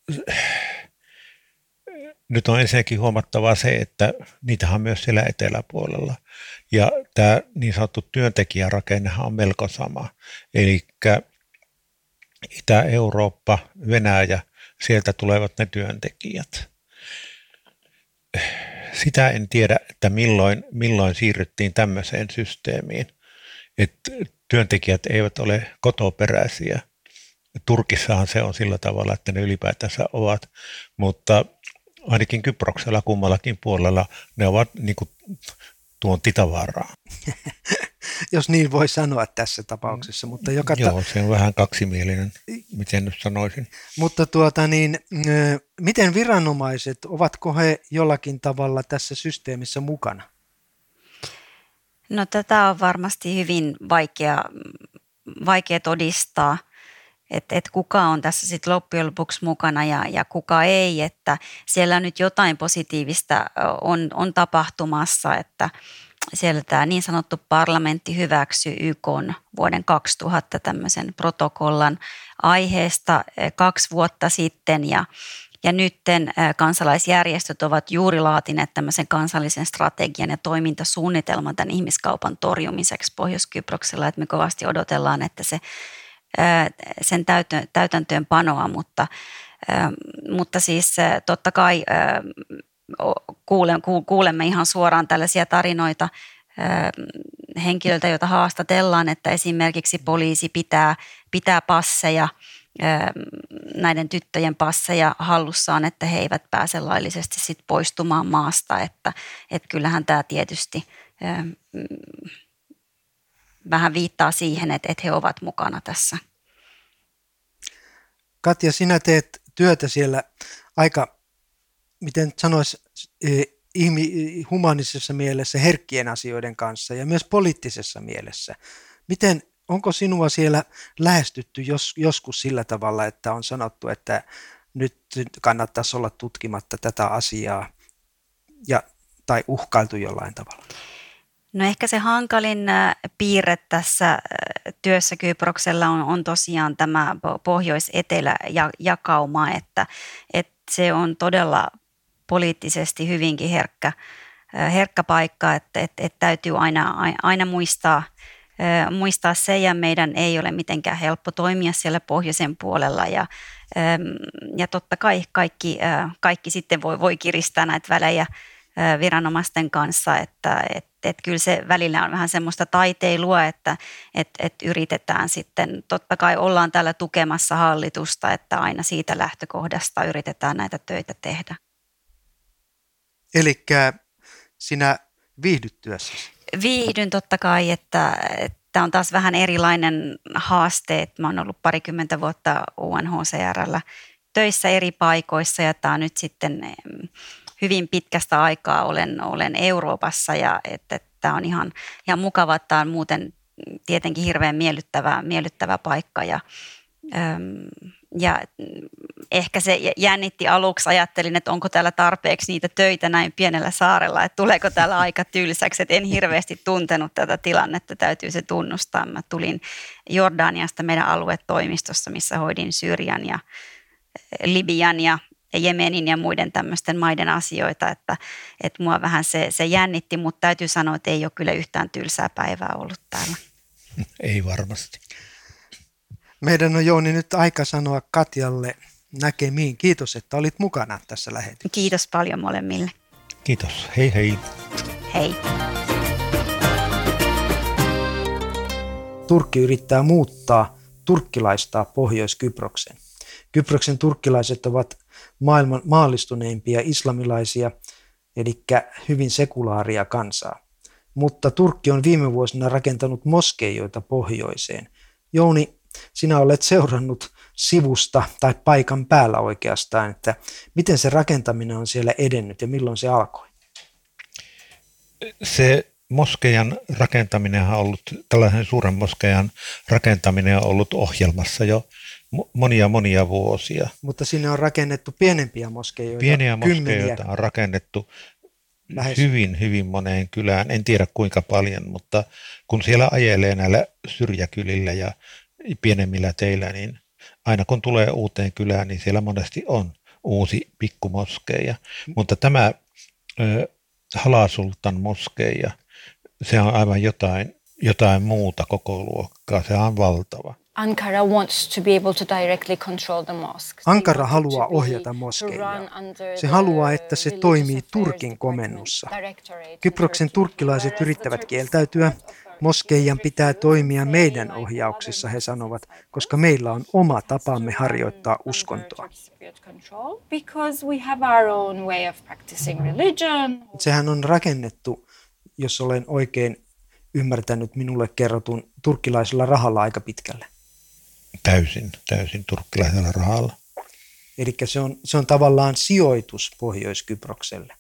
nyt on ensinnäkin huomattavaa se, että niitähän on myös siellä eteläpuolella. Ja tämä niin sanottu työntekijärakennehan on melko sama. Eli Itä-Eurooppa, Venäjä, sieltä tulevat ne työntekijät. Sitä en tiedä, että milloin, milloin siirryttiin tämmöiseen systeemiin, että työntekijät eivät ole kotoperäisiä. Turkissahan se on sillä tavalla, että ne ylipäätänsä ovat, mutta ainakin Kyproksella kummallakin puolella ne ovat niin kuin tuon titavaraa.
Jos niin voi sanoa tässä tapauksessa. Mutta joka
Joo, ta- se on vähän kaksimielinen, miten nyt sanoisin.
Mutta tuota niin, miten viranomaiset, ovatko he jollakin tavalla tässä systeemissä mukana?
No tätä on varmasti hyvin vaikea, vaikea todistaa, että et kuka on tässä sitten loppujen lopuksi mukana ja, ja kuka ei, että siellä nyt jotain positiivista on, on tapahtumassa, että siellä tämä niin sanottu parlamentti hyväksyi Y K:n vuoden kaksituhatta tämmöisen protokollan aiheesta kaksi vuotta sitten ja Ja nytten kansalaisjärjestöt ovat juuri laatineet tämmöisen kansallisen strategian ja toimintasuunnitelman tämän ihmiskaupan torjumiseksi Pohjois-Kyproksella, että me kovasti odotellaan, että se, sen täytäntöön panoa, mutta, mutta siis totta kai kuulemme ihan suoraan tällaisia tarinoita henkilöiltä, joita haastatellaan, että esimerkiksi poliisi pitää, pitää passeja, näiden tyttöjen passeja hallussaan, että he eivät pääse laillisesti sit poistumaan maasta, että, että kyllähän tämä tietysti vähän viittaa siihen, että, että he ovat mukana tässä.
Katja, sinä teet työtä siellä aika, miten sanoisi, humanistisessa mielessä herkkien asioiden kanssa ja myös poliittisessa mielessä. Miten Onko sinua siellä lähestytty jos, joskus sillä tavalla, että on sanottu, että nyt kannattaisi olla tutkimatta tätä asiaa ja, tai uhkailtu jollain tavalla?
No ehkä se hankalin piirre tässä työssä Kyproksella on, on tosiaan tämä pohjois-etelä-jakauma, että, että se on todella poliittisesti hyvinkin herkkä, herkkä paikka, että, että, että täytyy aina, aina muistaa, muistaa se ja meidän ei ole mitenkään helppo toimia siellä pohjoisen puolella ja, ja totta kai kaikki, kaikki sitten voi, voi kiristää näitä välejä, viranomaisten kanssa, että et, et kyllä se välillä on vähän semmoista taiteilua, että et, et yritetään sitten, totta kai ollaan täällä tukemassa hallitusta, että aina siitä lähtökohdasta yritetään näitä töitä tehdä.
Elikkä sinä viihdyt työssäsi?
Viihdyn totta kai, että tämä on taas vähän erilainen haaste, että mä oon ollut parikymmentä vuotta U N H C R:llä töissä eri paikoissa ja tämä on nyt sitten hyvin pitkästä aikaa olen, olen Euroopassa ja että tämä on ihan, ihan mukava, että tämä on muuten tietenkin hirveän miellyttävä, miellyttävä paikka ja, ja ehkä se jännitti aluksi, ajattelin, että onko täällä tarpeeksi niitä töitä näin pienellä saarella, että tuleeko täällä aika tylsäksi, että en hirveästi tuntenut tätä tilannetta, täytyy se tunnustaa. Mä tulin Jordaniasta meidän aluetoimistossa, missä hoidin Syyrian ja Libian ja Jemenin ja muiden tämmöisten maiden asioita, että, että mua vähän se, se jännitti, mutta täytyy sanoa, että ei ole kyllä yhtään tylsää päivää ollut täällä.
Ei varmasti.
Meidän on Jouni nyt aika sanoa Katjalle näkemiin. Kiitos, että olit mukana tässä lähetyksessä.
Kiitos paljon molemmille.
Kiitos. Hei hei.
Hei.
Turkki yrittää muuttaa turkkilaistaa Pohjois-Kyproksen. Kyproksen turkkilaiset ovat maailman maallistuneimpia islamilaisia, eli hyvin sekulaaria kansaa. Mutta Turkki on viime vuosina rakentanut moskeijoita pohjoiseen. Jouni, sinä olet seurannut sivusta tai paikan päällä oikeastaan, että miten se rakentaminen on siellä edennyt ja milloin se alkoi?
Se moskeijan rakentaminen on ollut, tällaisen suuren moskeijan rakentaminen on ollut ohjelmassa jo monia monia vuosia.
Mutta sinne on rakennettu pienempiä moskeijoita.
Pieniä
kymmeniä.
moskeijoita on rakennettu
Lähes.
hyvin, hyvin moneen kylään. En tiedä kuinka paljon, mutta kun siellä ajelee näillä syrjäkylillä ja pienemmillä teillä, niin aina kun tulee uuteen kylään, niin siellä monesti on uusi pikkumoskeija. Mm. Mutta tämä ö, Halasultan moskeija, se on aivan jotain, jotain muuta koko luokkaa. Se on valtava.
Ankara wants to be able to directly control the mosques.
Ankara haluaa ohjata moskeijaa. Se haluaa, että se toimii Turkin komennossa. Kyproksen turkkilaiset yrittävät kieltäytyä. Moskeijan pitää toimia meidän ohjauksessa, he sanovat, koska meillä on oma tapamme harjoittaa uskontoa. Sehän on rakennettu, jos olen oikein ymmärtänyt minulle kerrotun, turkkilaisella rahalla aika pitkälle.
Täysin, täysin turkkilaisella rahalla.
Eli se on, se on tavallaan sijoitus Pohjois-Kyprokselle.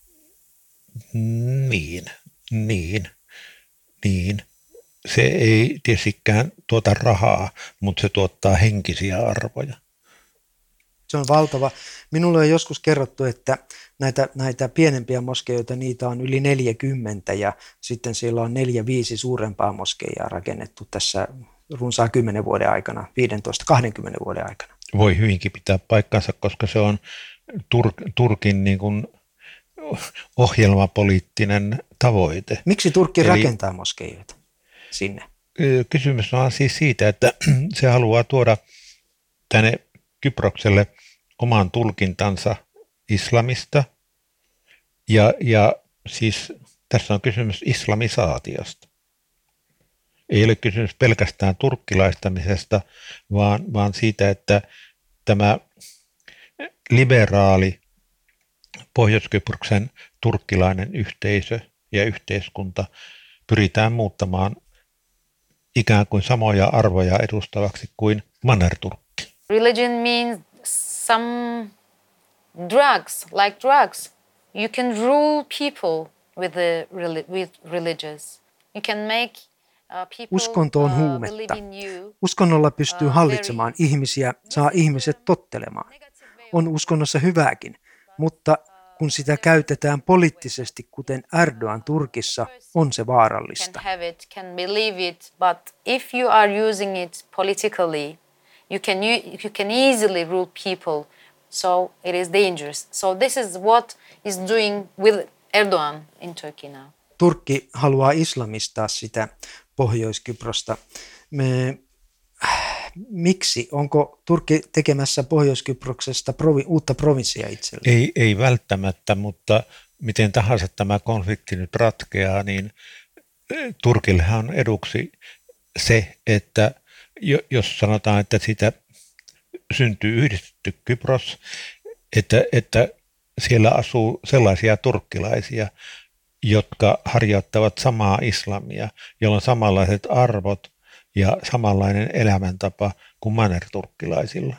Niin, niin, niin. Se ei tietystikään tuota rahaa, mutta se tuottaa henkisiä arvoja.
Se on valtava. Minulle on joskus kerrottu, että näitä, näitä pienempiä moskeijoita, niitä on yli neljäkymmentä ja sitten siellä on neljä, viisi suurempaa moskeijaa rakennettu tässä runsaan kymmenen vuoden aikana, viisitoista kaksikymmentä vuoden aikana.
Voi hyvinkin pitää paikkansa, koska se on Tur- Turkin niin kuin ohjelmapoliittinen tavoite.
Miksi Turkki
Eli
rakentaa moskeijoita sinne?
Kysymys on siis siitä, että se haluaa tuoda tänne Kyprokselle oman tulkintansa islamista ja, ja siis tässä on kysymys islamisaatiosta. Ei ole kysymys pelkästään turkkilaistamisesta, vaan, vaan siitä, että tämä liberaali Pohjois-Kyproksen turkkilainen yhteisö ja yhteiskunta pyritään muuttamaan ikään kuin samoja arvoja edustavaksi kuin Manner-Turkki.
Religion means some drugs, like drugs. You can rule people with the with religious. You can make
Uskonto on huumetta. Uskonnolla pystyy hallitsemaan ihmisiä, saa ihmiset tottelemaan. On uskonnossa hyvääkin, mutta kun sitä käytetään poliittisesti, kuten Erdogan Turkissa, on se vaarallista.
You can you can easily rule people, so it is dangerous. So this is what is doing with Erdogan in Turkey now.
Turkki haluaa islamistaa sitä Pohjois-Kyprosta. Me, Miksi? Onko Turkki tekemässä Pohjois-Kyproksesta provi, uutta provinssia itselleen?
Ei, ei välttämättä, mutta miten tahansa tämä konflikti nyt ratkeaa, niin Turkillehan on eduksi se, että jos sanotaan, että siitä syntyy yhdistetty Kypros, että, että siellä asuu sellaisia turkkilaisia, jotka harjoittavat samaa islamia, jolla on samanlaiset arvot ja samanlainen elämäntapa kuin mannerturkkilaisilla.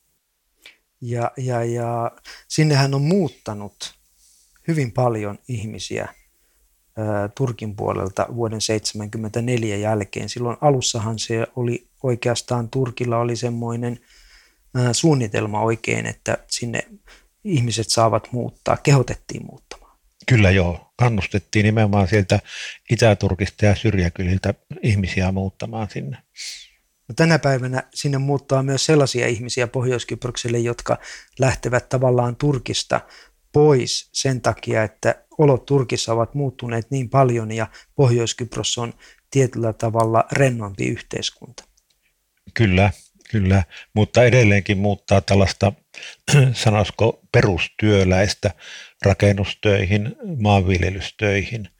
Ja, ja, ja sinnehän on muuttanut hyvin paljon ihmisiä ää, Turkin puolelta vuoden seitsemänkymmentäneljä jälkeen. Silloin alussahan se oli oikeastaan, Turkilla oli semmoinen ää, suunnitelma oikein, että sinne ihmiset saavat muuttaa, kehotettiin muuttamaan.
Kyllä joo, kannustettiin nimenomaan sieltä Itä-Turkista ja syrjäkyliltä ihmisiä muuttamaan sinne.
No, tänä päivänä sinne muuttaa myös sellaisia ihmisiä Pohjois-Kyprokselle, jotka lähtevät tavallaan Turkista pois sen takia, että olot Turkissa ovat muuttuneet niin paljon ja Pohjois-Kypros on tietyllä tavalla rennompi yhteiskunta.
Kyllä, kyllä, mutta edelleenkin muuttaa tällaista, sanoisiko, perustyöläistä rakennustöihin, maanviljelystöihin.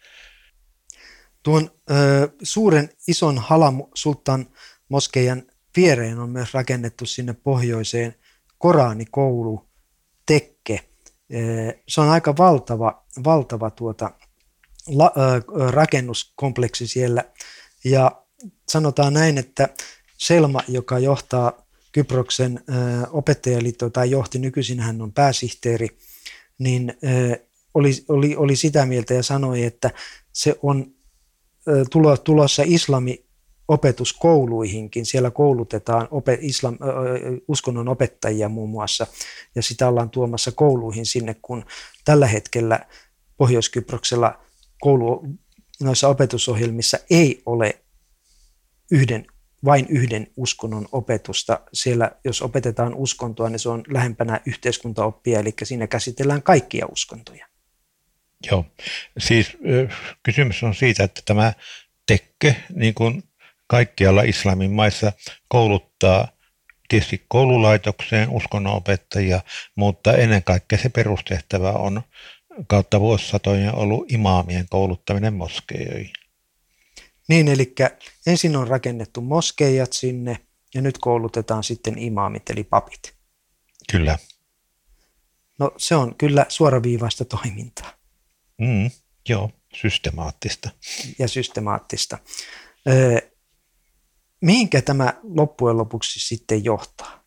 Tuon ö, suuren ison Halam Sultan moskeijan viereen on myös rakennettu sinne pohjoiseen Koraanikoulu Tekke. Se on aika valtava, valtava tuota, la, ö, rakennuskompleksi siellä ja sanotaan näin, että Selma, joka johtaa Kyproksen ö, opettajaliittoa tai johti, nykyisin hän on pääsihteeri, niin ö, oli, oli, oli sitä mieltä ja sanoi, että se on ö, tulo, tulossa islami opetuskouluihinkin. Siellä koulutetaan opet, islam, ö, uskonnon opettajia muun muassa, ja sitä ollaan tuomassa kouluihin sinne, kun tällä hetkellä Pohjois-Kyproksella koulu, noissa opetusohjelmissa ei ole yhden, vain yhden uskonnon opetusta. Siellä, jos opetetaan uskontoa, niin se on lähempänä yhteiskuntaoppia, eli siinä käsitellään kaikkia uskontoja.
Joo, siis kysymys on siitä, että tämä tekke, niin kuin kaikkialla islamin maissa, kouluttaa tietysti koululaitokseen uskonnonopettajia, mutta ennen kaikkea se perustehtävä on kautta vuosisatojen ollut imaamien kouluttaminen moskeijoihin.
Niin, eli ensin on rakennettu moskeijat sinne ja nyt koulutetaan sitten imaamit eli papit.
Kyllä.
No se on kyllä suoraviivaista toimintaa.
Mm, joo, systemaattista.
Ja systemaattista. Öö, mihinkä tämä loppujen lopuksi sitten johtaa?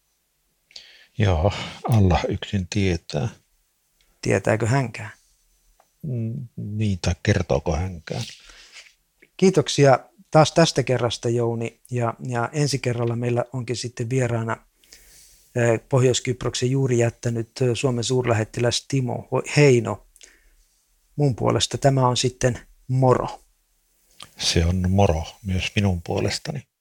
Joo, Allah yksin tietää.
Tietääkö hänkään?
Mm, niin, tai kertooko hänkään?
Kiitoksia taas tästä kerrasta, Jouni, ja, ja ensi kerralla meillä onkin sitten vieraana Pohjois-Kyproksen juuri jättänyt Suomen suurlähettiläs Timo Heino. Mun puolesta tämä on sitten moro.
Se on moro myös minun puolestani.